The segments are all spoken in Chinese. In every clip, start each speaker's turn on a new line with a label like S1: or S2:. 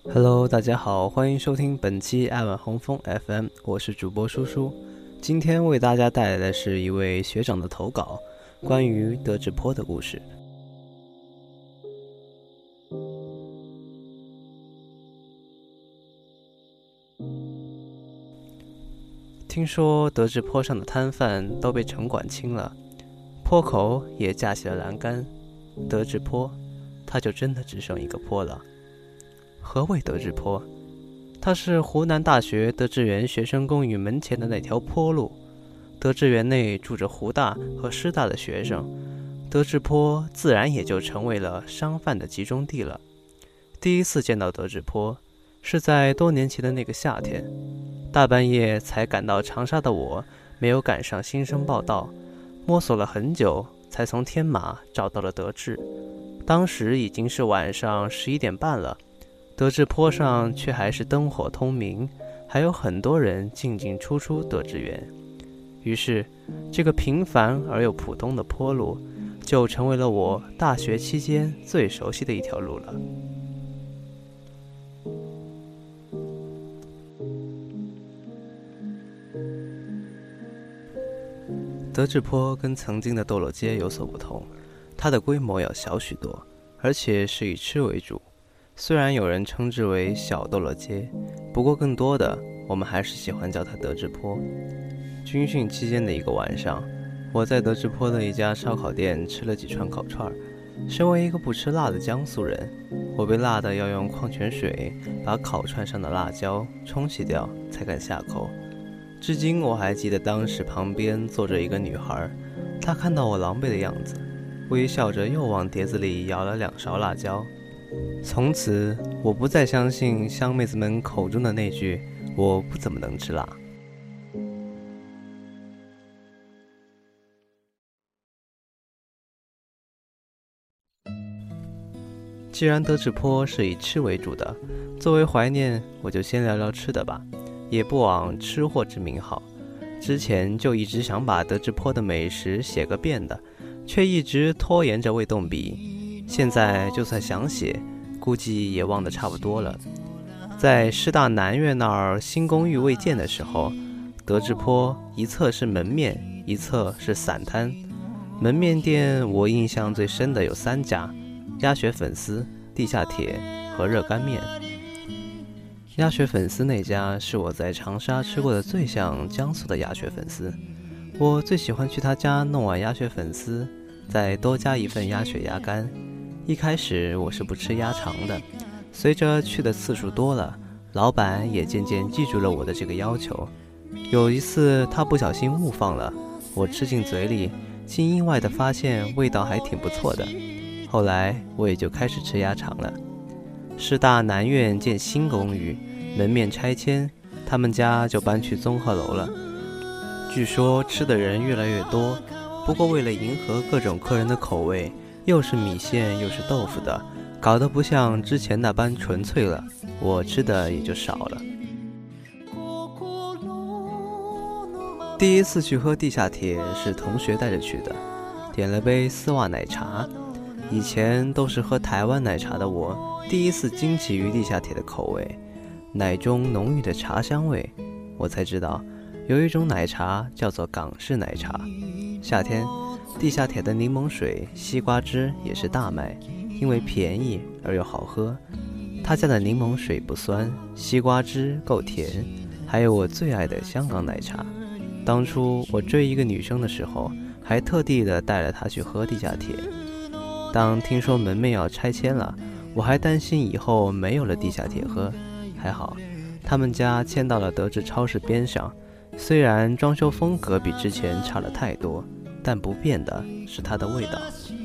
S1: Hello， 大家好，欢迎收听本期爱晚红枫 FM， 我是主播叔叔。今天为大家带来的是一位学长的投稿，关于德智坡的故事。听说德智坡上的摊贩都被城管清了，坡口也架起了栏杆，德智坡，它就真的只剩一个坡了。何谓德智坡？它是湖南大学德智园学生公寓门前的那条坡路。德智园内住着湖大和师大的学生，德智坡自然也就成为了商贩的集中地了。第一次见到德智坡，是在多年前的那个夏天，大半夜才赶到长沙的我，没有赶上新生报到，摸索了很久，才从天马找到了德智。当时已经是晚上11点半了。德智坡上却还是灯火通明，还有很多人进进出出德智园。于是这个平凡而又普通的坡路就成为了我大学期间最熟悉的一条路了。德智坡跟曾经的斗乐街有所不同，它的规模要小许多，而且是以吃为主。虽然有人称之为小斗乐街，不过更多的我们还是喜欢叫它德智坡。军训期间的一个晚上，我在德智坡的一家烧烤店吃了几串烤串。身为一个不吃辣的江苏人，我被辣的要用矿泉水把烤串上的辣椒冲洗掉才敢下口。至今我还记得当时旁边坐着一个女孩，她看到我狼狈的样子，微笑着又往碟子里舀了2勺辣椒。从此我不再相信乡妹子们口中的那句我不怎么能吃辣。既然德智坡是以吃为主的，作为怀念，我就先聊聊吃的吧，也不枉吃货之名号。之前就一直想把德智坡的美食写个遍的，却一直拖延着未动笔。现在就算想写，估计也忘得差不多了。在师大南苑那儿新公寓未建的时候，德智坡一侧是门面，一侧是散摊。门面店我印象最深的有3家：鸭血粉丝、地下铁和热干面。鸭血粉丝那家是我在长沙吃过的最像江苏的鸭血粉丝，我最喜欢去他家弄碗鸭血粉丝，再多加一份鸭血鸭肝。一开始我是不吃鸭肠的，随着去的次数多了，老板也渐渐记住了我的这个要求。有一次他不小心误放了，我吃进嘴里，竟意外地发现味道还挺不错的。后来我也就开始吃鸭肠了。师大南苑建新公寓，门面拆迁，他们家就搬去综合楼了。据说吃的人越来越多，不过为了迎合各种客人的口味，又是米线又是豆腐的，搞得不像之前那般纯粹了，我吃的也就少了。第一次去喝地下铁是同学带着去的，点了杯丝袜奶茶。以前都是喝台湾奶茶的我，第一次惊奇于地下铁的口味，奶中浓郁的茶香味，我才知道有一种奶茶叫做港式奶茶。夏天地下铁的柠檬水、西瓜汁也是大卖，因为便宜而又好喝。他家的柠檬水不酸，西瓜汁够甜，还有我最爱的香港奶茶。当初我追一个女生的时候，还特地的带了她去喝地下铁。当听说门面要拆迁了，我还担心以后没有了地下铁喝。还好他们家迁到了德智超市边上，虽然装修风格比之前差了太多，但不变的是它的味道。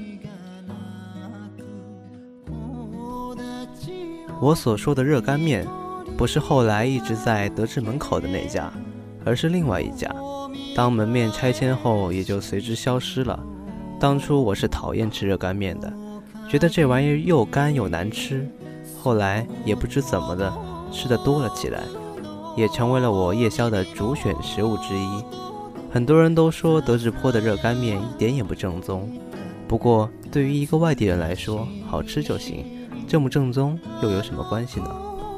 S1: 我所说的热干面不是后来一直在德智门口的那家，而是另外一家，当门面拆迁后也就随之消失了。当初我是讨厌吃热干面的，觉得这玩意儿又干又难吃，后来也不知怎么的吃得多了起来，也成为了我夜宵的主选食物之一。很多人都说德智坡的热干面一点也不正宗，不过对于一个外地人来说，好吃就行，正不正宗又有什么关系呢？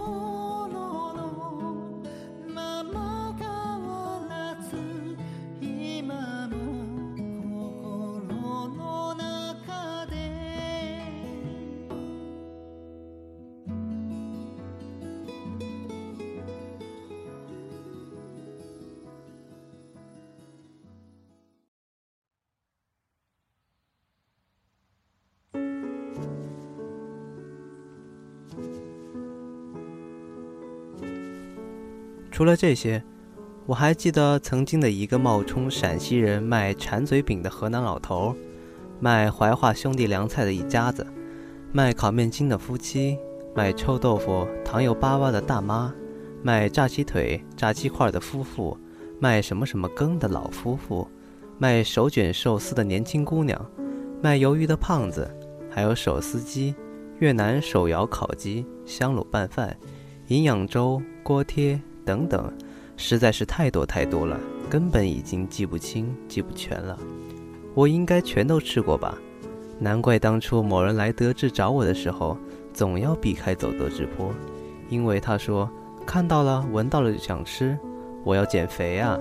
S1: 除了这些，我还记得曾经的一个冒充陕西人卖馋嘴饼的河南老头，卖怀化兄弟凉菜的一家子，卖烤面筋的夫妻，卖臭豆腐糖油巴巴的大妈，卖炸鸡腿炸鸡块的夫妇，卖什么什么羹的老夫妇，卖手卷寿司的年轻姑娘，卖鱿鱼的胖子，还有手撕鸡、越南手摇烤鸡、香卤拌饭、营养粥、锅贴等等，实在是太多太多了，根本已经记不清记不全了。我应该全都吃过吧？难怪当初某人来德智找我的时候，总要避开走德智坡，因为他说看到了闻到了就想吃，我要减肥啊。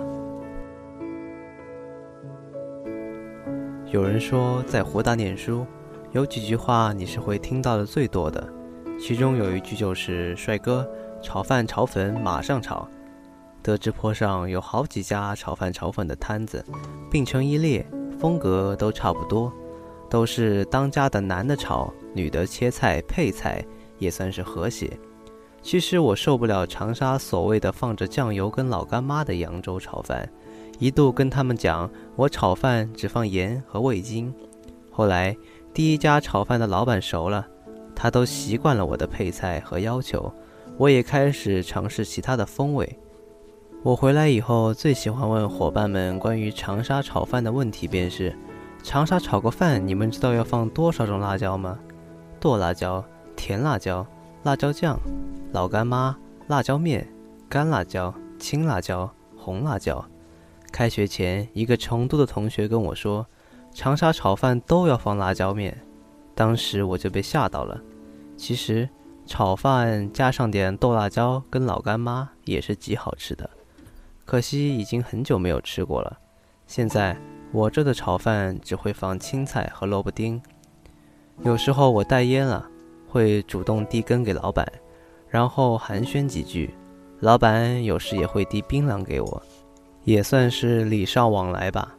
S1: 有人说在湖大念书，有几句话你是会听到的最多的，其中有一句就是帅哥，炒饭炒粉马上炒。德智坡上有好几家炒饭炒粉的摊子，并成一列，风格都差不多，都是当家的男的炒，女的切菜配菜，也算是和谐。其实我受不了长沙所谓的放着酱油跟老干妈的扬州炒饭，一度跟他们讲我炒饭只放盐和味精。后来第一家炒饭的老板熟了，他都习惯了我的配菜和要求，我也开始尝试其他的风味。我回来以后最喜欢问伙伴们关于长沙炒饭的问题便是，长沙炒个饭你们知道要放多少种辣椒吗？剁辣椒、甜辣椒、辣椒酱、老干妈、辣椒面、干辣椒、青辣椒、红辣椒。开学前一个成都的同学跟我说，长沙炒饭都要放辣椒面，当时我就被吓到了。其实炒饭加上点豆辣椒跟老干妈也是极好吃的，可惜已经很久没有吃过了。现在我这的炒饭只会放青菜和萝卜丁。有时候我带烟了，会主动递根给老板，然后寒暄几句，老板有时也会递槟榔给我，也算是礼尚往来吧。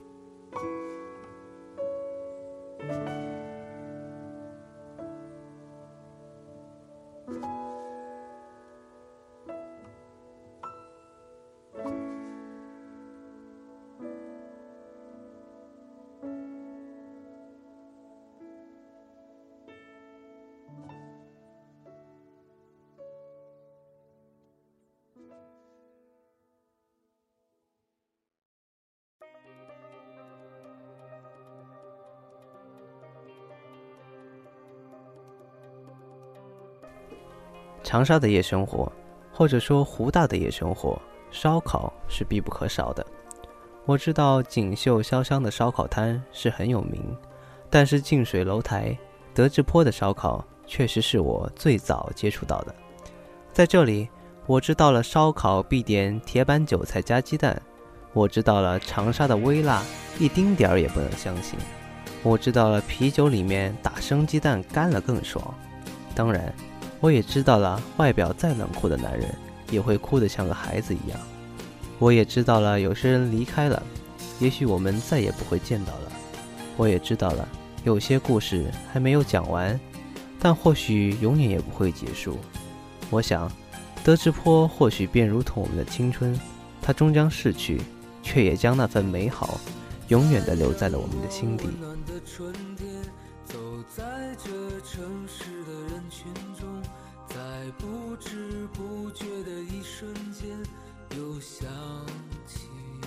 S1: 长沙的夜生活，或者说湖大的夜生活，烧烤是必不可少的。我知道锦绣潇湘的烧烤摊是很有名，但是近水楼台、德智坡的烧烤确实是我最早接触到的。在这里，我知道了烧烤必点铁板韭菜加鸡蛋，我知道了长沙的微辣一丁点儿也不能相信，我知道了啤酒里面打生鸡蛋干了更爽。当然我也知道了外表再冷酷的男人也会哭得像个孩子一样。我也知道了有些人离开了，也许我们再也不会见到了。我也知道了有些故事还没有讲完，但或许永远也不会结束。我想德智坡或许便如同我们的青春，它终将逝去，却也将那份美好永远地留在了我们的心底。
S2: 走在这城市的人群中，在不知不觉的一瞬间又想起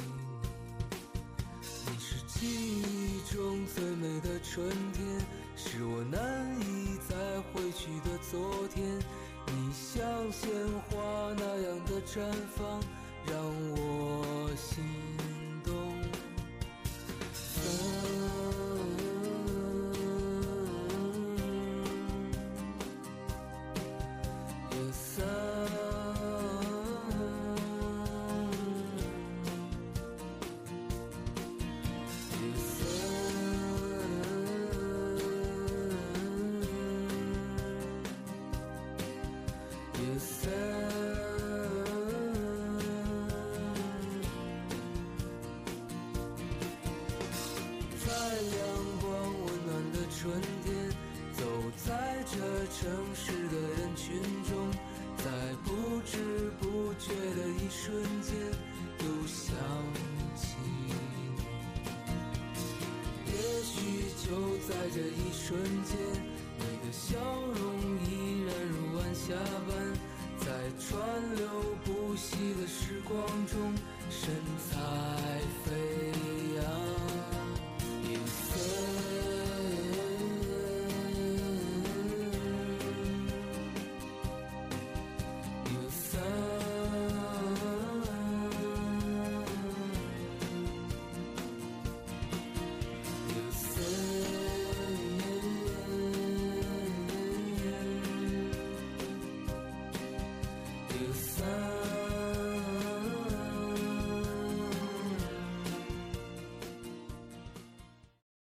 S2: 你，你是记忆中最美的春天，是我难以再回去的昨天，你像鲜花那样的绽放让我心动。春天，走在这城市的人群中，在不知不觉的一瞬这一瞬间，你的笑容依然如晚霞般，在川流不息的时光中，神采飞扬。You say You say You say